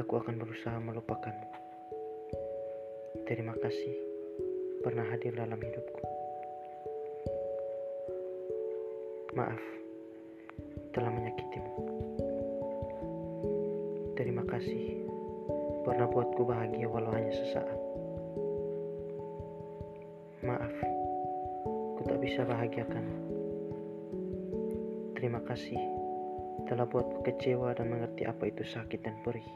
Aku akan berusaha melupakanmu. Terima kasih pernah hadir dalam hidupku. Maaf telah menyakitimu. Terima kasih pernah buatku bahagia walau hanya sesaat. Maaf, ku tak bisa bahagiakanmu. Terima kasih telah buatku kecewa dan mengerti apa itu sakit dan perih.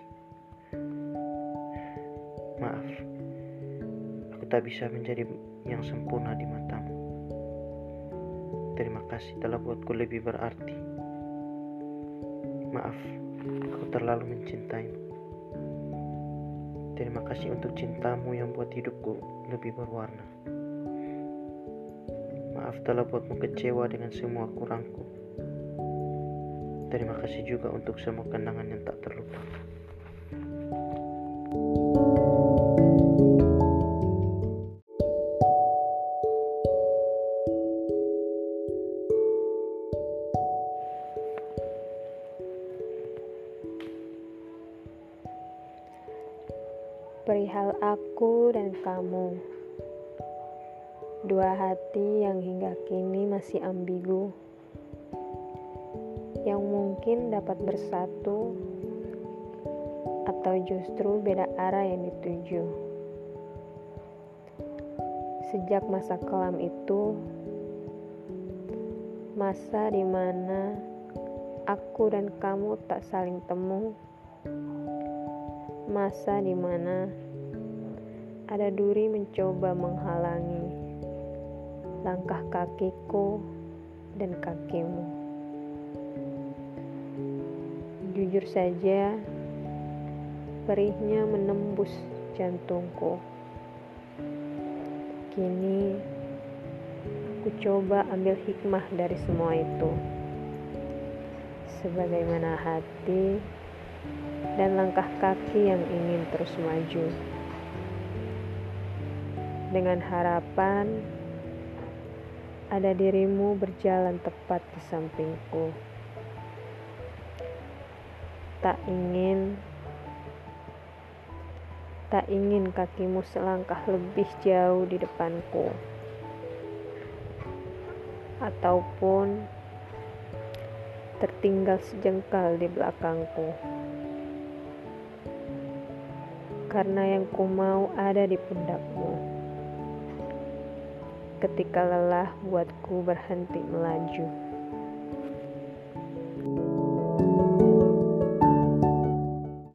Maaf, aku tak bisa menjadi yang sempurna di matamu. Terima kasih telah buatku lebih berarti. Maaf, aku terlalu mencintaimu. Terima kasih untuk cintamu yang buat hidupku lebih berwarna. Maaf telah buatmu kecewa dengan semua kurangku. Terima kasih juga untuk semua kenangan yang tak terlupakan. Perihal aku dan kamu, dua hati yang hingga kini masih ambigu, yang mungkin dapat bersatu atau justru beda arah yang dituju. Sejak masa kelam itu, masa di mana aku dan kamu tak saling temu, masa di mana ada duri mencoba menghalangi langkah kakiku dan kakimu. Jujur saja, perihnya menembus jantungku. Kini, aku coba ambil hikmah dari semua itu. Sebagaimana hati dan langkah kaki yang ingin terus maju. Dengan harapan ada dirimu berjalan tepat di sampingku. Tak ingin kakimu selangkah lebih jauh di depanku, ataupun tertinggal sejengkal di belakangku. Karena yang ku mau ada di pundakmu. Ketika lelah buatku berhenti melaju.